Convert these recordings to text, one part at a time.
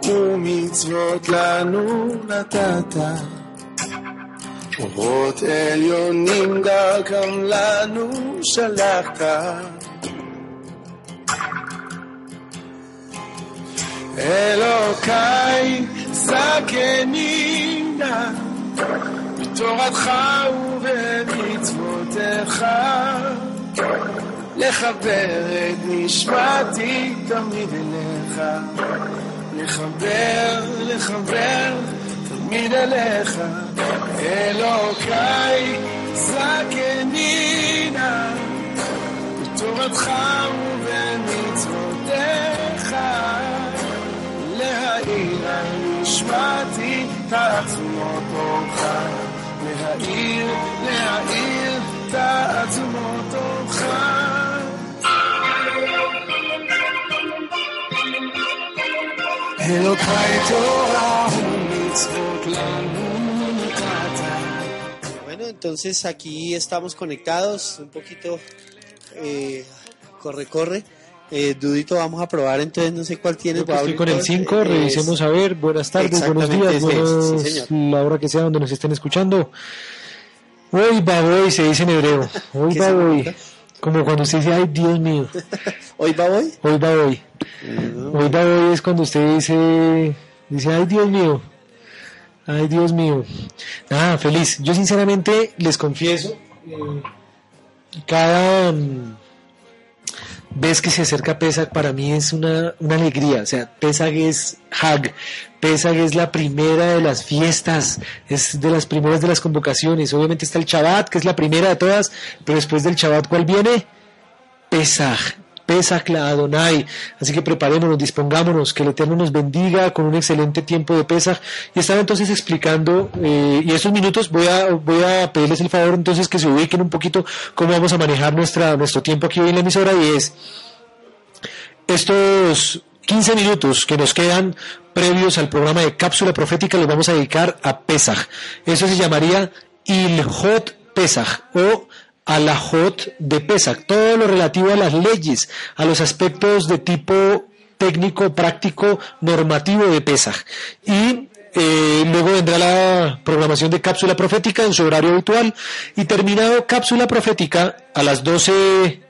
ומצוות לנו נתת, אורות עליונים דרכם לנו שלחת. אלוקיי זקני נא בתורתך ובמצוותיך, לחבר את נשמתי תמיד אליך, לחבר תמיד אליך. אלוקיי זקני נא בתורתך ובמצוותיך, להאיר על נשמתי תעצומות אורך, להאיר תעצומות אורך. אלוקיי תורה ומצוות לנו נתת. Bueno, entonces aquí estamos conectados, un poquito corre. Dudito, vamos a probar, entonces no sé cuál tiene. Estoy con el 5, revisemos a ver. Buenas tardes, buenos días, sí, la hora que sea donde nos estén escuchando. Hoy va voy, se dice en hebreo. Hoy va voy. Como cuando usted dice, ay Dios mío. ¿Hoy va voy? Hoy va voy. Hoy va voy es cuando usted dice, ay Dios mío. Ay Dios mío. Nada, feliz. Yo sinceramente les confieso, cada vez que se acerca Pesach para mí es una alegría. O sea, Pesach es Hag, Pesach es la primera de las fiestas, es de las primeras de las convocaciones. Obviamente está el Shabbat, que es la primera de todas, pero después del Shabbat, ¿cuál viene? Pesach la Adonai. Así que preparémonos, dispongámonos, que el Eterno nos bendiga con un excelente tiempo de Pesach. Y estaba entonces explicando, y estos minutos voy a pedirles el favor entonces que se ubiquen un poquito cómo vamos a manejar nuestro tiempo aquí hoy en la emisora, y es estos 15 minutos que nos quedan previos al programa de Cápsula Profética los vamos a dedicar a Pesach. Eso se llamaría Ilhot Pesach o Alajot de Pesach, todo lo relativo a las leyes, a los aspectos de tipo técnico, práctico, normativo de Pesach. Y luego vendrá la programación de Cápsula Profética en su horario habitual, y terminado Cápsula Profética a las 12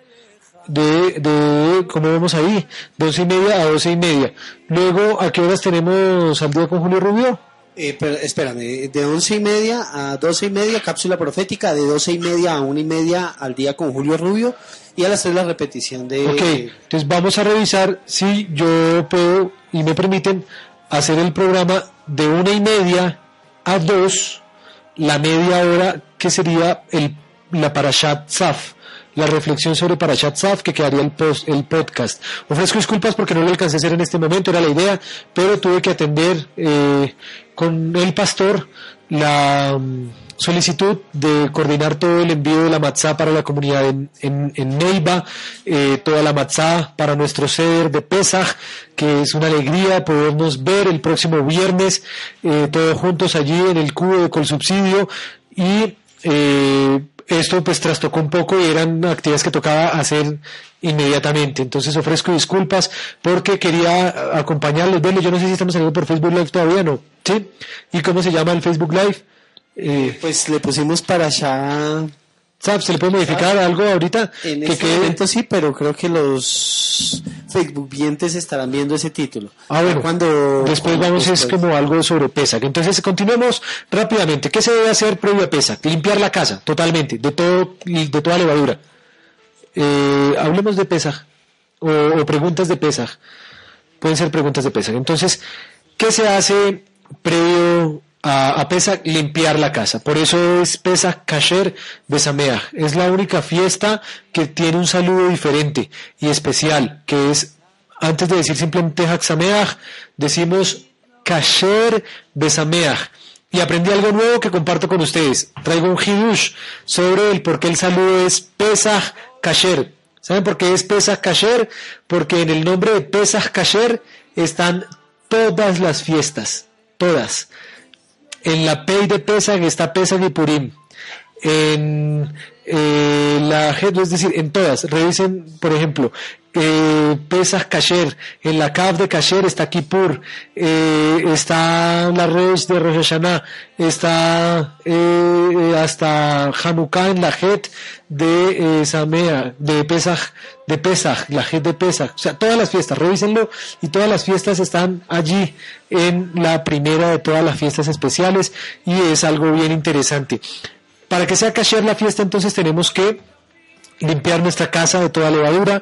¿cómo vemos ahí? 12:30 a 12:30. Luego, ¿a qué horas tenemos al día con Julio Rubio? Pero espérame, de 11:30 a 12:30 Cápsula Profética, de 12:30 a 1:30 al día con Julio Rubio, y a las 3 la repetición de... Ok, entonces vamos a revisar si yo puedo y me permiten hacer el programa de 1:30 a 2, la media hora que sería la Parashat Tzaf, la reflexión sobre Parashat Tzaf, que quedaría el podcast. Ofrezco disculpas porque no lo alcancé a hacer en este momento, era la idea, pero tuve que atender con el pastor la solicitud de coordinar todo el envío de la matzá para la comunidad en Neiva, toda la matzá para nuestro seder de Pesach, que es una alegría podernos ver el próximo viernes, todos juntos allí en el cubo de Colsubsidio, y esto pues trastocó un poco y eran actividades que tocaba hacer inmediatamente. Entonces ofrezco disculpas porque quería acompañarles, verles. Yo no sé si estamos saliendo por Facebook Live todavía, ¿no? ¿Sí? ¿Y cómo se llama el Facebook Live? Pues le pusimos para allá. ¿Se le puede modificar algo ahorita? En este momento sí, pero creo que los Facebook vientes estarán viendo ese título. Bueno, después vamos, es como algo sobre Pesach. Entonces continuemos rápidamente. ¿Qué se debe hacer previo a Pesach? Limpiar la casa, totalmente, de toda levadura. Hablemos de Pesach, o preguntas de Pesach. Pueden ser preguntas de Pesach. Entonces, ¿qué se hace previo a Pesach? Limpiar la casa. Por eso es Pesach Kasher Besameach. Es la única fiesta que tiene un saludo diferente y especial, que es, antes de decir simplemente Hag Sameach, decimos Kasher Besameach. Y aprendí algo nuevo que comparto con ustedes. Traigo un hidush sobre el por qué el saludo es Pesach Kasher. ¿Saben por qué es Pesach Kasher? Porque en el nombre de Pesach Kasher están todas las fiestas, todas. En la Pei de Pesach está Pesach y Purim. En la Jet, es decir, en todas. Revisen, por ejemplo, Pesach Kasher, en la Kav de Kasher está Kippur, está la Rosh de Rosh Hashanah, está hasta Hanukkah en la Het de Samea, de Pesach, la Het de Pesach, o sea, todas las fiestas, revísenlo, y todas las fiestas están allí en la primera de todas las fiestas especiales, y es algo bien interesante. Para que sea Kasher la fiesta, entonces tenemos que limpiar nuestra casa de toda levadura,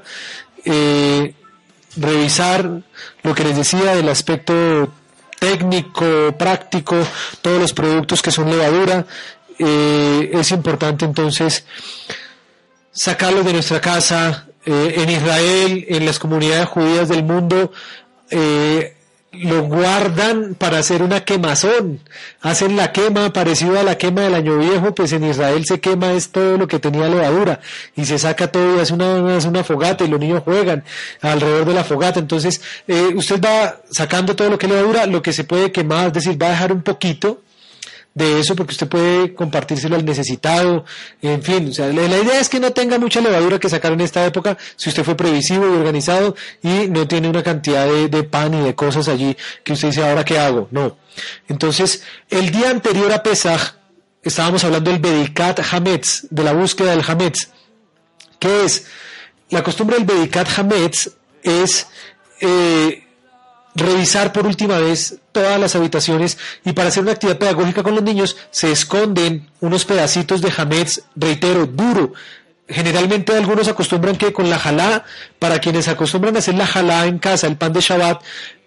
revisar lo que les decía del aspecto técnico, práctico, todos los productos que son levadura. Es importante entonces sacarlos de nuestra casa. En Israel, en las comunidades judías del mundo, lo guardan para hacer una quemazón, hacen la quema parecido a la quema del año viejo. Pues en Israel se quema es todo lo que tenía levadura y se saca todo y hace una fogata y los niños juegan alrededor de la fogata. Entonces usted va sacando todo lo que es levadura, lo que se puede quemar, es decir, va a dejar un poquito de eso porque usted puede compartírselo al necesitado, en fin, o sea, la idea es que no tenga mucha levadura que sacar en esta época si usted fue previsivo y organizado y no tiene una cantidad de pan y de cosas allí que usted dice, ¿ahora qué hago? No. Entonces, el día anterior a Pesach estábamos hablando del Bedikat Hametz, de la búsqueda del Hametz. ¿Qué es? La costumbre del Bedikat Hametz es revisar por última vez todas las habitaciones, y para hacer una actividad pedagógica con los niños se esconden unos pedacitos de hametz, reitero, duro. Generalmente algunos acostumbran que con la jalá, para quienes acostumbran a hacer la jalá en casa, el pan de Shabbat,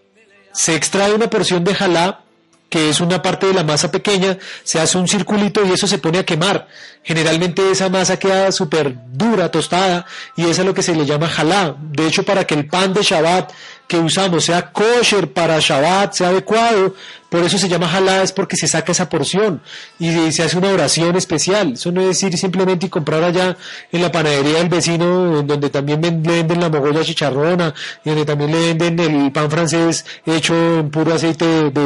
se extrae una porción de jalá, que es una parte de la masa pequeña, se hace un circulito y eso se pone a quemar. Generalmente esa masa queda súper dura, tostada, y eso es lo que se le llama jalá. De hecho, para que el pan de Shabbat que usamos sea kosher para Shabbat, sea adecuado, por eso se llama jalá, es porque se saca esa porción y se hace una oración especial. Eso no es ir simplemente y comprar allá en la panadería del vecino, donde también le venden la mogolla chicharrona y donde también le venden el pan francés hecho en puro aceite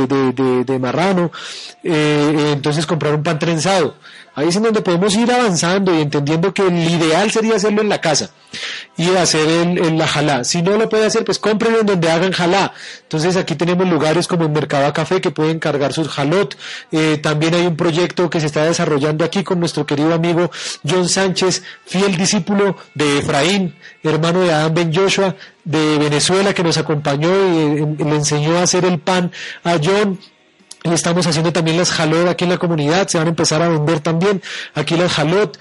de marrano. Entonces comprar un pan trenzado. Ahí es en donde podemos ir avanzando y entendiendo que el ideal sería hacerlo en la casa y hacer la jalá. Si no lo puede hacer, pues cómprenlo en donde hagan jalá. Entonces aquí tenemos lugares como en Mercado Café que pueden cargar sus jalot. También hay un proyecto que se está desarrollando aquí con nuestro querido amigo John Sánchez, fiel discípulo de Efraín, hermano de Adán Ben Joshua de Venezuela, que nos acompañó y le enseñó a hacer el pan a John. Estamos haciendo también las jalot aquí en la comunidad, se van a empezar a vender también aquí las jalot,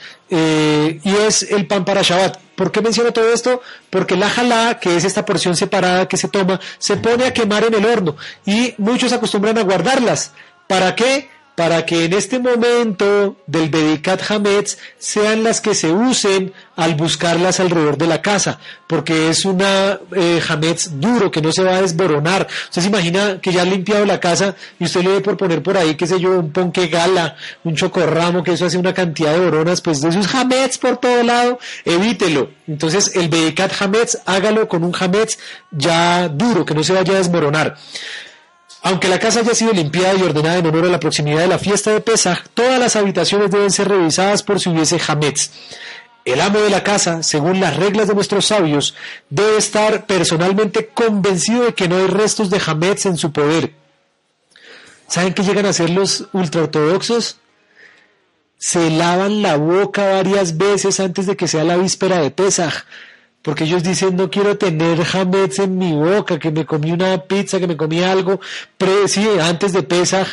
y es el pan para Shabbat. ¿Por qué menciono todo esto? Porque la jalá, que es esta porción separada que se toma, se pone a quemar en el horno, y muchos acostumbran a guardarlas. ¿Para qué? Para que en este momento del Bedikat Hametz sean las que se usen al buscarlas alrededor de la casa, porque es una Hametz duro que no se va a desboronar. Usted se imagina que ya ha limpiado la casa y usted le ve por poner por ahí, qué sé yo, un ponque gala, un chocorramo, que eso hace una cantidad de boronas, pues de esos Hametz por todo lado, evítelo. Entonces el Bedikat Hametz, hágalo con un Hametz ya duro, que no se vaya a desmoronar. Aunque la casa haya sido limpiada y ordenada en honor a la proximidad de la fiesta de Pesaj, todas las habitaciones deben ser revisadas por si hubiese hametz. El amo de la casa, según las reglas de nuestros sabios, debe estar personalmente convencido de que no hay restos de hametz en su poder. ¿Saben qué llegan a hacer los ultraortodoxos? Se lavan la boca varias veces antes de que sea la víspera de Pesaj, porque ellos dicen, no quiero tener hametz en mi boca, que me comí una pizza, que me comí algo, antes de Pesaj,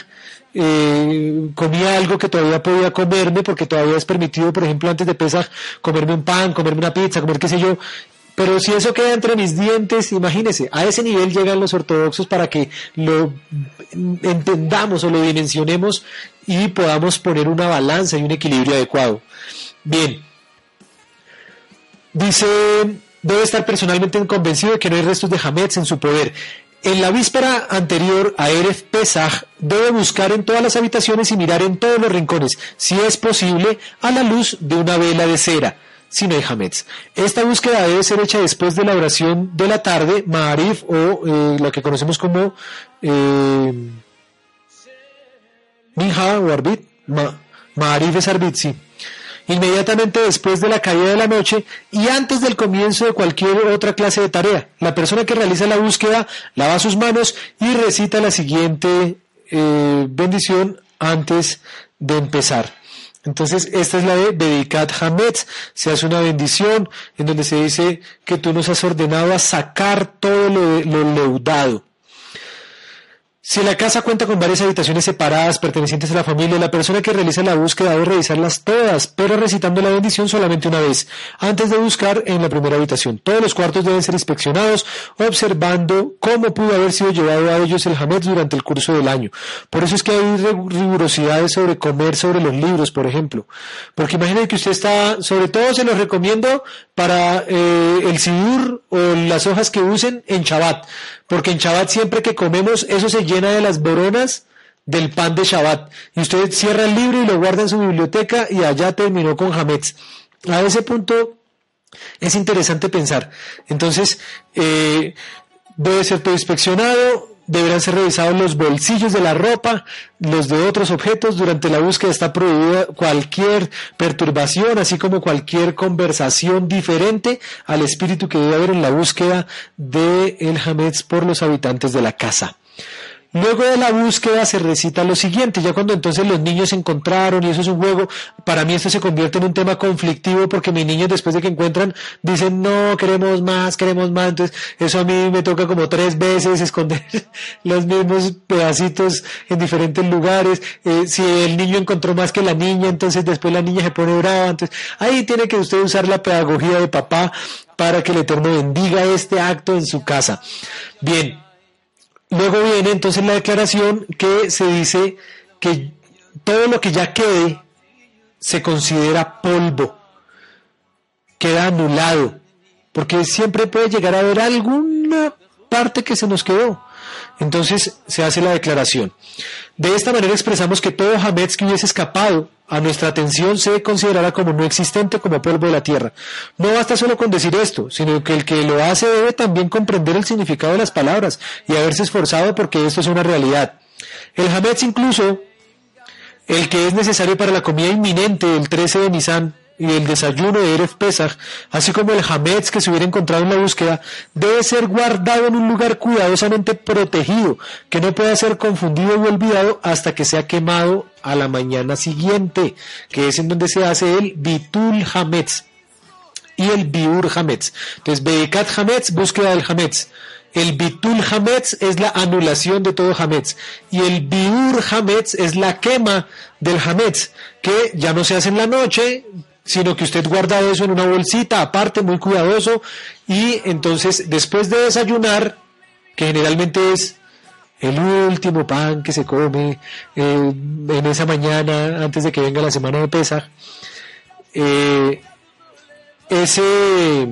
comí algo que todavía podía comerme, porque todavía es permitido, por ejemplo, antes de Pesaj, comerme un pan, comerme una pizza, comer qué sé yo, pero si eso queda entre mis dientes, imagínense, a ese nivel llegan los ortodoxos para que lo entendamos o lo dimensionemos y podamos poner una balanza y un equilibrio adecuado. Bien. Dice, debe estar personalmente convencido de que no hay restos de hametz en su poder. En la víspera anterior a Erev Pesaj, debe buscar en todas las habitaciones y mirar en todos los rincones, si es posible, a la luz de una vela de cera, si no hay hametz. Esta búsqueda debe ser hecha después de la oración de la tarde, Ma'ariv, o lo que conocemos como Minha o Arbit. Ma'ariv es Arbit, sí. inmediatamente después de la caída de la noche y antes del comienzo de cualquier otra clase de tarea. La persona que realiza la búsqueda lava sus manos y recita la siguiente bendición antes de empezar. Entonces, esta es la de Bedikat Hametz. Se hace una bendición en donde se dice que tú nos has ordenado a sacar todo lo leudado. Si la casa cuenta con varias habitaciones separadas pertenecientes a la familia, la persona que realiza la búsqueda debe revisarlas todas, pero recitando la bendición solamente una vez, antes de buscar en la primera habitación. Todos los cuartos deben ser inspeccionados, observando cómo pudo haber sido llevado a ellos el Hametz durante el curso del año. Por eso es que hay rigurosidades sobre comer sobre los libros, por ejemplo. Porque imaginen que usted está, sobre todo se los recomiendo para el sidur o las hojas que usen en Shabbat. Porque en Shabbat siempre que comemos, eso se llena de las boronas del pan de Shabbat. Y usted cierra el libro y lo guarda en su biblioteca y allá terminó con Hametz. A ese punto es interesante pensar. Entonces, debe ser todo inspeccionado, deberán ser revisados los bolsillos de la ropa, los de otros objetos. Durante la búsqueda está prohibida cualquier perturbación, así como cualquier conversación diferente al espíritu que debe haber en la búsqueda del Hametz por los habitantes de la casa. Luego de la búsqueda se recita lo siguiente, ya cuando entonces los niños se encontraron y eso es un juego, para mí esto se convierte en un tema conflictivo porque mis niños después de que encuentran dicen no, queremos más, entonces eso a mí me toca como 3 veces esconder los mismos pedacitos en diferentes lugares, si el niño encontró más que la niña, entonces después la niña se pone brava, entonces ahí tiene que usted usar la pedagogía de papá para que el Eterno bendiga este acto en su casa. Bien. Luego viene entonces la declaración que se dice que todo lo que ya quede se considera polvo, queda anulado, porque siempre puede llegar a haber alguna parte que se nos quedó. Entonces se hace la declaración. De esta manera expresamos que todo Hametz que hubiese escapado a nuestra atención se considerará como no existente, como polvo de la tierra. No basta solo con decir esto, sino que el que lo hace debe también comprender el significado de las palabras y haberse esforzado porque esto es una realidad. El Hametz, incluso el que es necesario para la comida inminente del 13 de Nisan y el desayuno de Erev Pesach, así como el Hametz que se hubiera encontrado en la búsqueda, debe ser guardado en un lugar cuidadosamente protegido, que no pueda ser confundido o olvidado hasta que sea quemado a la mañana siguiente, que es en donde se hace el Bitul Hametz y el Biur Hametz. Entonces, Bedikat Hametz, búsqueda del Hametz. El Bitul Hametz es la anulación de todo Hametz. Y el Biur Hametz es la quema del Hametz, que ya no se hace en la noche, sino que usted guarda eso en una bolsita aparte, muy cuidadoso, y entonces después de desayunar, que generalmente es el último pan que se come en esa mañana antes de que venga la semana de Pesaj, ese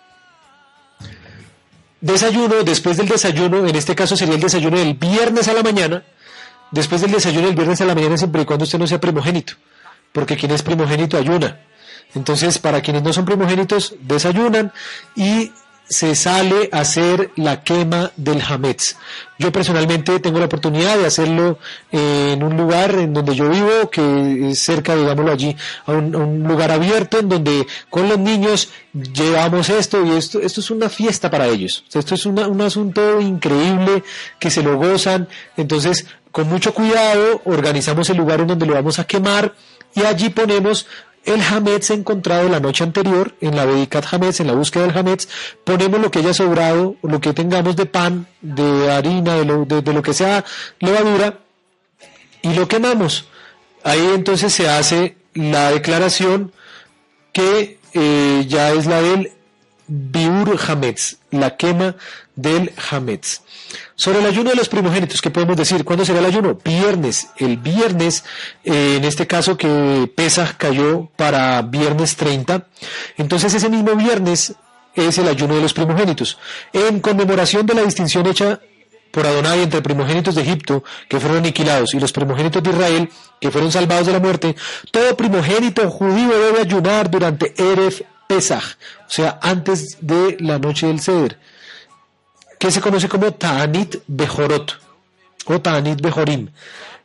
desayuno, después del desayuno, en este caso sería el desayuno del viernes a la mañana, después del desayuno del viernes a la mañana siempre y cuando usted no sea primogénito, porque quien es primogénito ayuna. Entonces, para quienes no son primogénitos, desayunan y se sale a hacer la quema del Hametz. Yo personalmente tengo la oportunidad de hacerlo en un lugar en donde yo vivo, que es cerca, digámoslo allí, a un lugar abierto en donde con los niños llevamos esto y esto es una fiesta para ellos. Esto es un asunto increíble que se lo gozan. Entonces, con mucho cuidado, organizamos el lugar en donde lo vamos a quemar y allí ponemos el Hametz encontrado la noche anterior, en la Bedikat Hametz, en la búsqueda del Hametz, ponemos lo que haya sobrado, lo que tengamos de pan, de harina, de lo que sea levadura, y lo quemamos. Ahí entonces se hace la declaración que ya es la del Biur Hametz, la quema del Hametz. Sobre el ayuno de los primogénitos, ¿qué podemos decir? ¿Cuándo será el ayuno? Viernes. El viernes, en este caso que Pesaj cayó para viernes 30, entonces ese mismo viernes es el ayuno de los primogénitos. En conmemoración de la distinción hecha por Adonai entre primogénitos de Egipto, que fueron aniquilados, y los primogénitos de Israel, que fueron salvados de la muerte, todo primogénito judío debe ayunar durante Erev Pesaj, o sea, antes de la noche del Seder, que se conoce como Ta'anit Bejorot o Ta'anit Bejorim.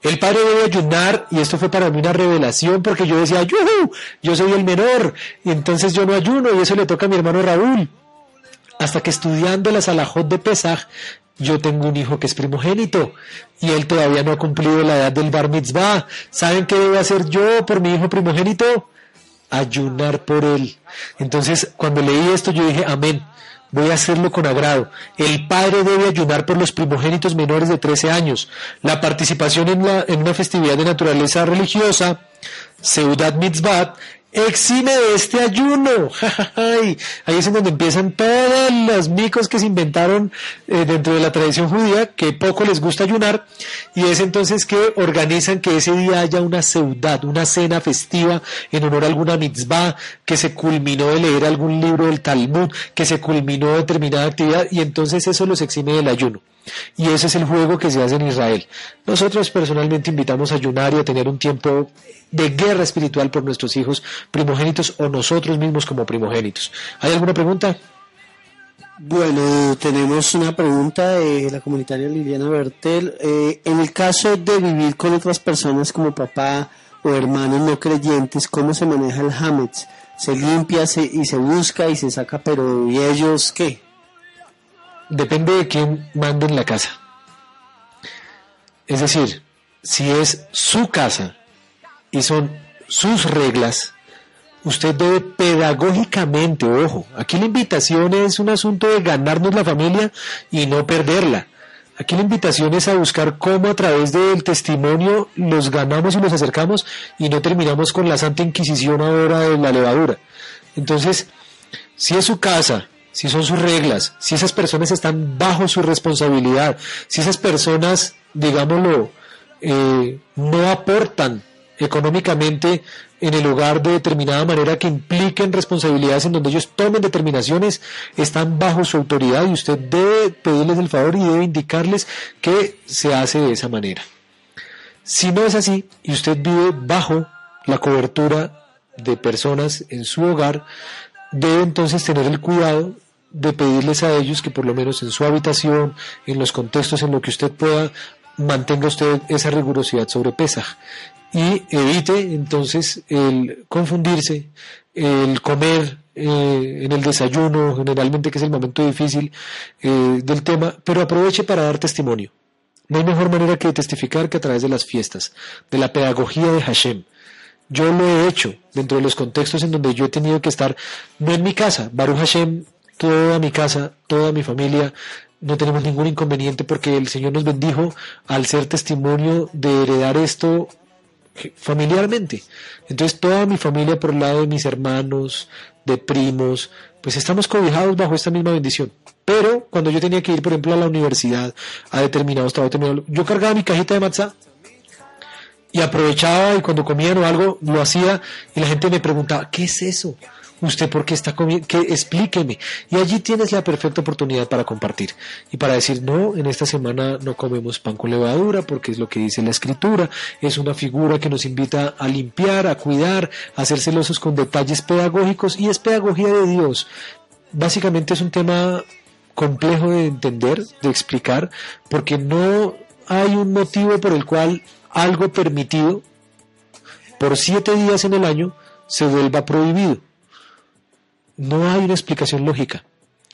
El padre debe ayunar, y esto fue para mí una revelación, porque yo decía, ¡yujú! Yo soy el menor, y entonces yo no ayuno, y eso le toca a mi hermano Raúl. Hasta que estudiando las alajot de Pesaj, yo tengo un hijo que es primogénito, y él todavía no ha cumplido la edad del bar mitzvah. ¿Saben qué debo hacer yo por mi hijo primogénito? Ayunar por él. Entonces, cuando leí esto, yo dije, amén. Voy a hacerlo con agrado. El padre debe ayunar por los primogénitos menores de 13 años. La participación en una festividad de naturaleza religiosa, Seudat Mitzvat, exime de este ayuno. Ahí es en donde empiezan todos los micos que se inventaron dentro de la tradición judía, que poco les gusta ayunar, y es entonces que organizan que ese día haya una seudat, una cena festiva en honor a alguna mitzvah, que se culminó de leer algún libro del Talmud, que se culminó determinada actividad, y entonces eso los exime del ayuno. Y ese es el juego que se hace en Israel. Nosotros personalmente invitamos a ayunar y a tener un tiempo de guerra espiritual por nuestros hijos primogénitos o nosotros mismos como primogénitos. ¿Hay alguna pregunta? Bueno, tenemos una pregunta de la comunitaria Liliana Bertel. En el caso de vivir con otras personas como papá o hermanos no creyentes, ¿cómo se maneja el hametz? ¿Se limpia y se busca y se saca, pero ¿y ellos qué? Depende de quién mande en la casa. Es decir, si es su casa y son sus reglas, usted debe pedagógicamente, ojo, aquí la invitación es un asunto de ganarnos la familia y no perderla. Aquí la invitación es a buscar cómo a través del testimonio los ganamos y los acercamos y no terminamos con la Santa Inquisición ahora de la levadura. Entonces, si es su casa, si son sus reglas, si esas personas están bajo su responsabilidad, si esas personas, digámoslo, no aportan económicamente en el hogar de determinada manera que impliquen responsabilidades en donde ellos tomen determinaciones, están bajo su autoridad y usted debe pedirles el favor y debe indicarles que se hace de esa manera. Si no es así y usted vive bajo la cobertura de personas en su hogar, debe entonces tener el cuidado de pedirles a ellos que por lo menos en su habitación, en los contextos en los que usted pueda, mantenga usted esa rigurosidad sobre Pesaj y evite entonces el confundirse, el comer en el desayuno, generalmente que es el momento difícil del tema, pero aproveche para dar testimonio. No hay mejor manera que testificar que a través de las fiestas, de la pedagogía de Hashem. Yo lo he hecho dentro de los contextos en donde yo he tenido que estar, no en mi casa, Baruch Hashem, toda mi casa, toda mi familia, no tenemos ningún inconveniente porque el Señor nos bendijo al ser testimonio de heredar esto familiarmente. Entonces toda mi familia por el lado de mis hermanos, de primos, pues estamos cobijados bajo esta misma bendición. Pero cuando yo tenía que ir, por ejemplo, a la universidad, a determinados trabajos, yo cargaba mi cajita de matzá y aprovechaba y cuando comían o algo lo hacía y la gente me preguntaba, ¿qué es eso? ¿Usted por qué está comiendo? Explíqueme. Y allí tienes la perfecta oportunidad para compartir y para decir, no, en esta semana no comemos pan con levadura porque es lo que dice la Escritura, es una figura que nos invita a limpiar, a cuidar, a ser celosos con detalles pedagógicos y es pedagogía de Dios. Básicamente es un tema complejo de entender, de explicar, porque no hay un motivo por el cual algo permitido por 7 días en el año se vuelva prohibido. No hay una explicación lógica.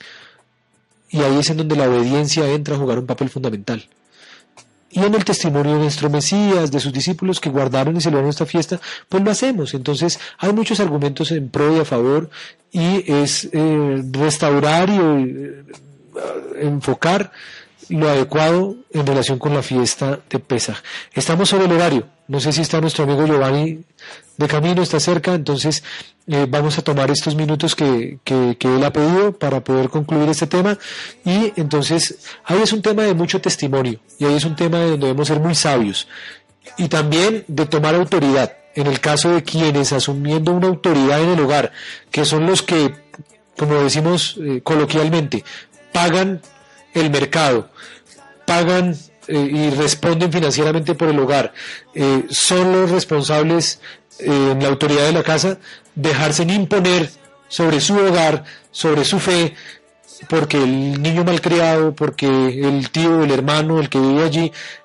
Y ahí es en donde la obediencia entra a jugar un papel fundamental. Y en el testimonio de nuestro Mesías, de sus discípulos que guardaron y celebraron esta fiesta, pues lo hacemos. Entonces hay muchos argumentos en pro y a favor y es restaurar y enfocar lo adecuado en relación con la fiesta de Pesaj. Estamos sobre el horario. No sé si está nuestro amigo Giovanni de camino, está cerca, entonces vamos a tomar estos minutos que él ha pedido para poder concluir este tema. Y entonces ahí es un tema de mucho testimonio y ahí es un tema de donde debemos ser muy sabios y también de tomar autoridad. En el caso de quienes asumiendo una autoridad en el hogar, que son los que, como decimos coloquialmente, pagan el mercado, pagan y responden financieramente por el hogar, son los responsables en la autoridad de la casa, dejarse imponer sobre su hogar, sobre su fe, porque el niño malcriado, porque el tío, el hermano, el que vive allí,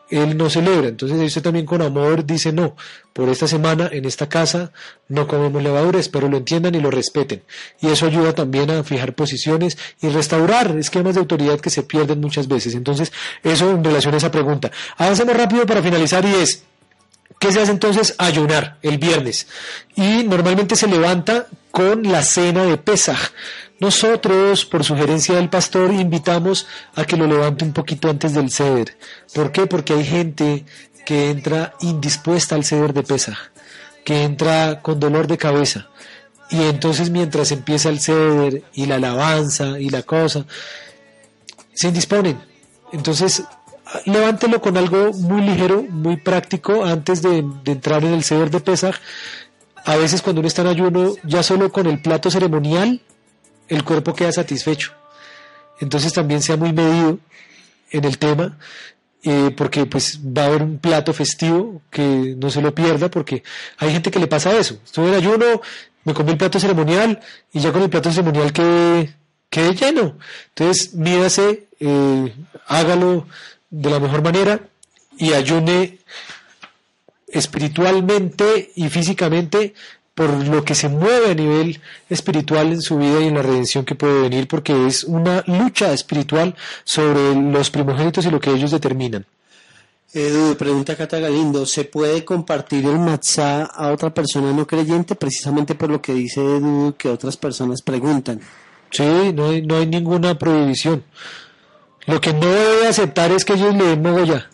él no celebra. Entonces usted también con amor dice: no, por esta semana en esta casa no comemos levadura, espero lo entiendan y lo respeten. Y eso ayuda también a fijar posiciones y restaurar esquemas de autoridad que se pierden muchas veces. Entonces, eso en relación a esa pregunta. Avancemos rápido para finalizar, y es: ¿qué se hace entonces? Ayunar el viernes. Y normalmente se levanta con la cena de Pesaj. Nosotros, por sugerencia del pastor, invitamos a que lo levante un poquito antes del Seder. ¿Por qué? Porque hay gente que entra indispuesta al Seder de Pesaj, que entra con dolor de cabeza. Y entonces mientras empieza el Seder y la alabanza y la cosa, se indisponen. Entonces, levántelo con algo muy ligero, muy práctico, antes de entrar en el Seder de Pesaj. A veces cuando uno está en ayuno, ya solo con el plato ceremonial, el cuerpo queda satisfecho. Entonces también sea muy medido en el tema, porque pues va a haber un plato festivo que no se lo pierda, porque hay gente que le pasa eso: estuve en ayuno, me comí el plato ceremonial y ya con el plato ceremonial quedé lleno. Entonces mídase, hágalo de la mejor manera y ayune espiritualmente y físicamente por lo que se mueve a nivel espiritual en su vida y en la redención que puede venir, porque es una lucha espiritual sobre los primogénitos y lo que ellos determinan. Pregunta Cata Galindo: ¿se puede compartir el matzá a otra persona no creyente, precisamente por lo que dice Edu, que otras personas preguntan? Sí, no hay ninguna prohibición. Lo que no debe aceptar es que ellos le den mogollá.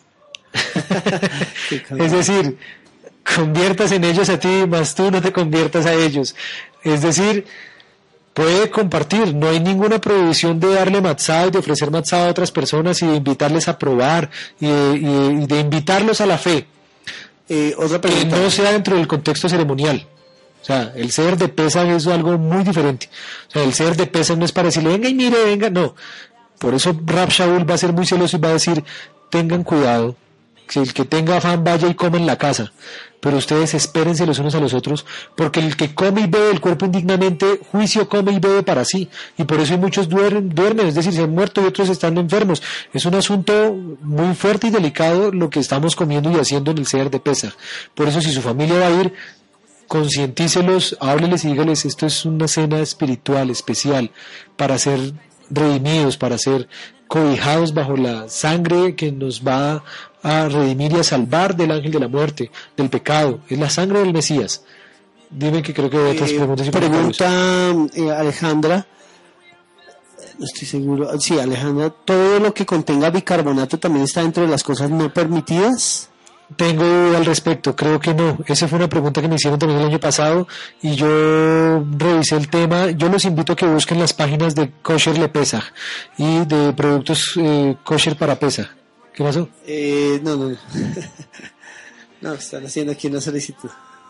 Es decir, conviertas en ellos a ti, más tú no te conviertas a ellos. Es decir, puede compartir, no hay ninguna prohibición de darle matzá y de ofrecer matzá a otras personas y de invitarles a probar y de invitarlos a la fe. Otra pregunta. Que no sea dentro del contexto ceremonial. O sea, el Seder de Pesaj es algo muy diferente. O sea, el Seder de Pesaj no es para decirle: venga y mire, venga, no. Por eso Rab Shaul va a ser muy celoso y va a decir: tengan cuidado, que el que tenga afán vaya y coma en la casa, pero ustedes espérense los unos a los otros, porque el que come y bebe el cuerpo indignamente, juicio come y bebe para sí, y por eso hay muchos duermen, es decir, se han muerto y otros están enfermos. Es un asunto muy fuerte y delicado lo que estamos comiendo y haciendo en el Seder de Pesaj. Por eso, si su familia va a ir, concientícelos, hábleles y dígales: esto es una cena espiritual, especial, para ser redimidos, para ser cobijados bajo la sangre que nos va a redimir y a salvar del ángel de la muerte, del pecado. Es la sangre del Mesías. Dime, que creo que hay otras preguntas. Pregunta Alejandra, no estoy seguro. Sí, Alejandra: ¿todo lo que contenga bicarbonato también está dentro de las cosas no permitidas? Tengo duda al respecto, creo que no. Esa fue una pregunta que me hicieron también el año pasado y yo revisé el tema. Yo los invito a que busquen las páginas de Kosher Le Pesaj y de productos kosher para Pesaj. ¿Qué pasó? No. No, están haciendo aquí una solicitud.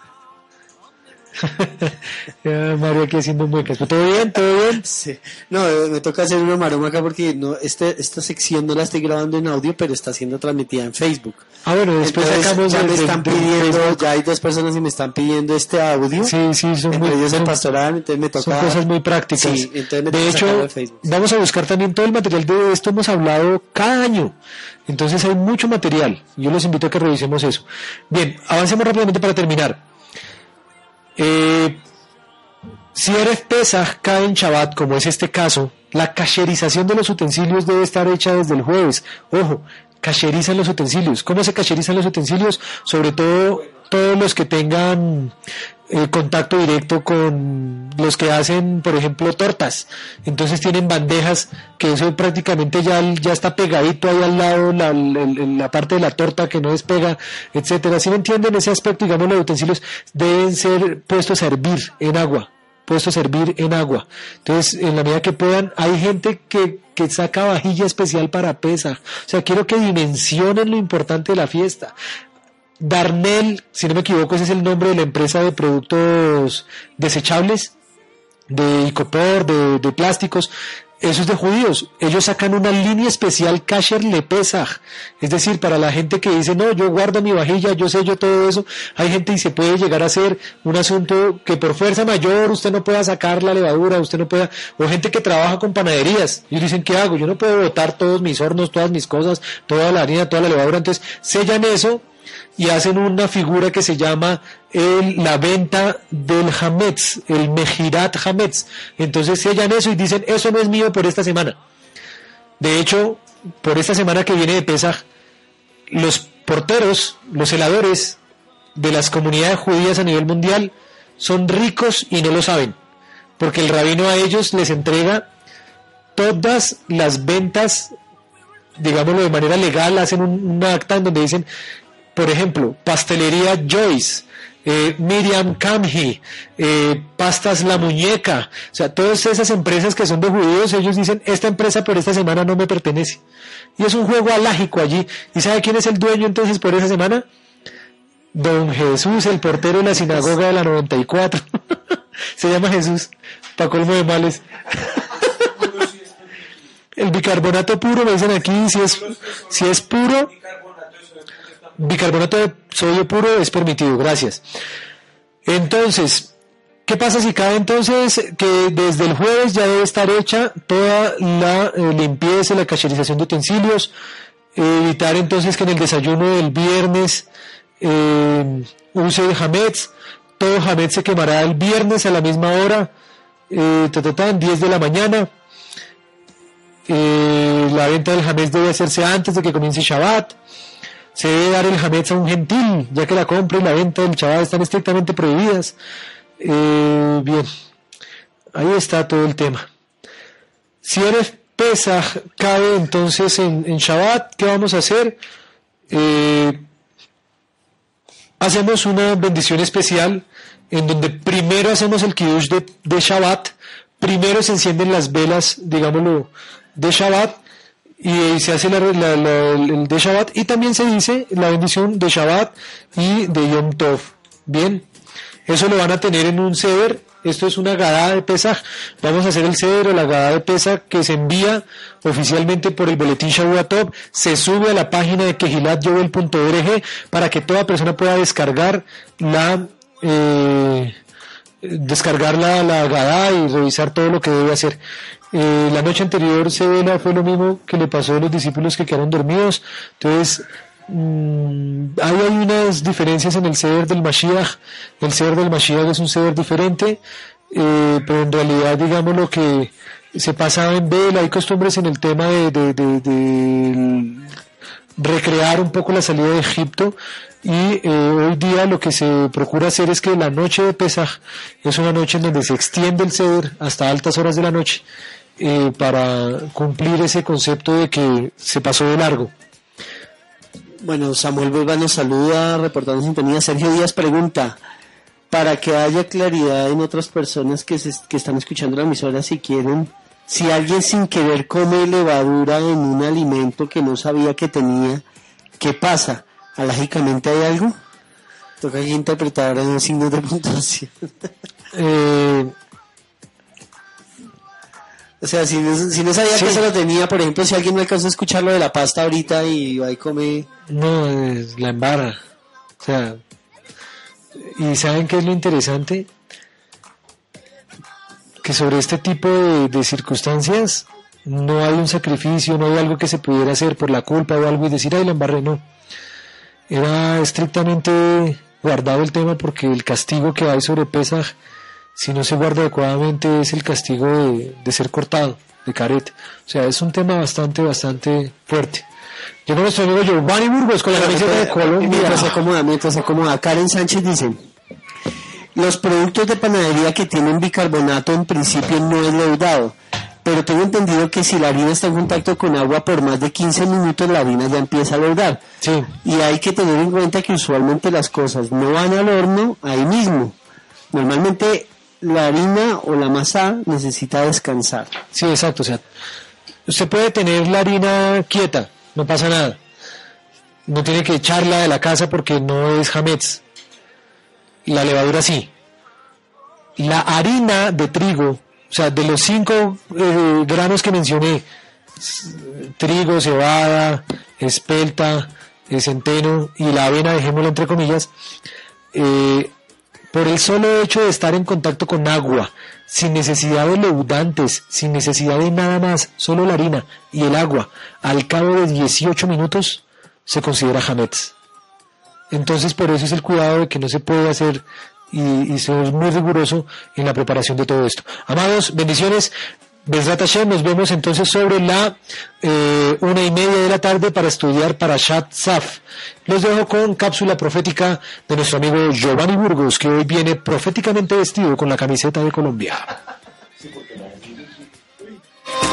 Mario aquí haciendo muecas. ¿Todo bien? ¿Todo bien? Sí. No, me toca hacer una maroma acá porque no, esta sección no la estoy grabando en audio, pero está siendo transmitida en Facebook. Ah, bueno, después sacamos ya me están pidiendo, ya hay 2 personas y me están pidiendo este audio. Sí, son muy, ellos el pastoral, entonces me toca. Son cosas muy prácticas. Sí, entonces me de hecho, vamos a buscar también todo el material de esto. Hemos hablado cada año, entonces hay mucho material. Yo los invito a que revisemos eso. Bien, avancemos rápidamente para terminar. Si Erev Pesaj cae en Shabbat, como es este caso, la casherización de los utensilios debe estar hecha desde el jueves. Ojo, casherizan los utensilios. ¿Cómo se casherizan los utensilios? Sobre todo todos los que tengan contacto directo con los que hacen, por ejemplo, tortas. Entonces tienen bandejas que eso prácticamente ya está pegadito ahí al lado, la parte de la torta que no despega, etcétera. ¿Sí me entienden? Ese aspecto, digamos, los utensilios deben ser puestos a hervir en agua. Entonces, en la medida que puedan, hay gente que saca vajilla especial para Pesaj. O sea, quiero que dimensionen lo importante de la fiesta. Darnell, si no me equivoco, ese es el nombre de la empresa de productos desechables, de icopor, de plásticos. eso es de judíos. Ellos sacan una línea especial kasher le Pesach. Es decir, para la gente que dice, no, yo guardo mi vajilla, yo sello todo eso. Hay gente y se puede llegar a hacer un asunto que por fuerza mayor usted no pueda sacar la levadura, usted no pueda, o gente que trabaja con panaderías. Y dicen, ¿qué hago? Yo no puedo botar todos mis hornos, todas mis cosas, toda la harina, toda la levadura. Entonces, sellan eso y hacen una figura que se llama la venta del Hametz, el Mejirat Hametz. Entonces sellan eso y dicen, eso no es mío por esta semana. De hecho, por esta semana que viene de Pesaj, los porteros, los heladores de las comunidades judías a nivel mundial son ricos y no lo saben, porque el rabino a ellos les entrega todas las ventas, digámoslo de manera legal, hacen un acta en donde dicen, por ejemplo, pastelería Joyce, Miriam Kamhi, pastas La Muñeca, o sea, todas esas empresas que son de judíos, ellos dicen, esta empresa por esta semana no me pertenece. Y es un juego alágico allí. ¿Y sabe quién es el dueño entonces por esa semana? Don Jesús, el portero de la sinagoga de la 94. Se llama Jesús, pa' colmo de males. El bicarbonato puro, me dicen aquí, si es puro, bicarbonato de sodio puro es permitido, gracias. Entonces, ¿qué pasa si cabe entonces? Que desde el jueves ya debe estar hecha toda la limpieza, la cacherización de utensilios, evitar entonces que en el desayuno del viernes use el hametz. Todo hametz se quemará el viernes a la misma hora, 10 de la mañana. La venta del hametz debe hacerse antes de que comience Shabbat. Se debe dar el hametz a un gentil, ya que la compra y la venta del Shabbat están estrictamente prohibidas. Bien, ahí está todo el tema. Si Erev Pesach cae entonces en Shabbat, ¿qué vamos a hacer? Hacemos una bendición especial en donde primero hacemos el kiddush de Shabbat, primero se encienden las velas, digámoslo, de Shabbat, y se hace el de Shabbat, y también se dice la bendición de Shabbat y de Yom Tov. Bien, eso lo van a tener en un seder. Esto es una Gadá de Pesaj. Vamos a hacer el seder o la Gadá de Pesaj que se envía oficialmente por el boletín Shavuot, se sube a la página de kehilatyovel.org para que toda persona pueda descargar la Gadá y revisar todo lo que debe hacer. La noche anterior fue lo mismo que le pasó a los discípulos que quedaron dormidos. Entonces hay unas diferencias en el seder del Mashiach. El seder del Mashiach es un seder diferente, pero en realidad, digamos, lo que se pasa en vela, hay costumbres en el tema de recrear un poco la salida de Egipto, y hoy día lo que se procura hacer es que la noche de Pesaj es una noche en donde se extiende el seder hasta altas horas de la noche, para cumplir ese concepto de que se pasó de largo. Bueno, Samuel Vega nos saluda, reportando sintonía. Sergio Díaz pregunta, para que haya claridad en otras personas que están escuchando la emisora, si alguien sin querer come levadura en un alimento que no sabía que tenía, ¿qué pasa? ¿Alágicamente hay algo? Toca aquí interpretar en signos de puntuación. O sea, si no sabía que se lo tenía, por ejemplo, si alguien no alcanzó a escuchar lo de la pasta ahorita y va y come... No, la embarra. O sea, ¿y saben qué es lo interesante? Que sobre este tipo de circunstancias no hay un sacrificio, no hay algo que se pudiera hacer por la culpa o algo y decir, ay, la embarré, no. Era estrictamente guardado el tema, porque el castigo que hay sobre Pesaj, si no se guarda adecuadamente, es el castigo de ser cortado, de caret. O sea, es un tema bastante fuerte. Llegó nuestro amigo Giovanni Burgos con la camiseta de Colombia. Mientras se acomoda. Karen Sánchez dice, los productos de panadería que tienen bicarbonato en principio no es leudado, pero tengo entendido que si la harina está en contacto con agua por más de 15 minutos, la harina ya empieza a leudar. Sí. Y hay que tener en cuenta que usualmente las cosas no van al horno ahí mismo. Normalmente la harina o la masa necesita descansar. Sí, exacto. O sea, usted puede tener la harina quieta, no pasa nada. No tiene que echarla de la casa porque no es hametz. La levadura sí. La harina de trigo O sea, de los 5 granos que mencioné, trigo, cebada, espelta, centeno y la avena, dejémoslo entre comillas, por el solo hecho de estar en contacto con agua, sin necesidad de leudantes, sin necesidad de nada más, solo la harina y el agua, al cabo de 18 minutos se considera hametz. Entonces por eso es el cuidado de que no se puede hacer y somos muy riguroso en la preparación de todo esto. Amados, bendiciones. Bezrat Hashem, nos vemos entonces sobre la 1:30 de la tarde para estudiar Parashat Tzaf. Los dejo con cápsula profética de nuestro amigo Giovanni Burgos, que hoy viene proféticamente vestido con la camiseta de Colombia.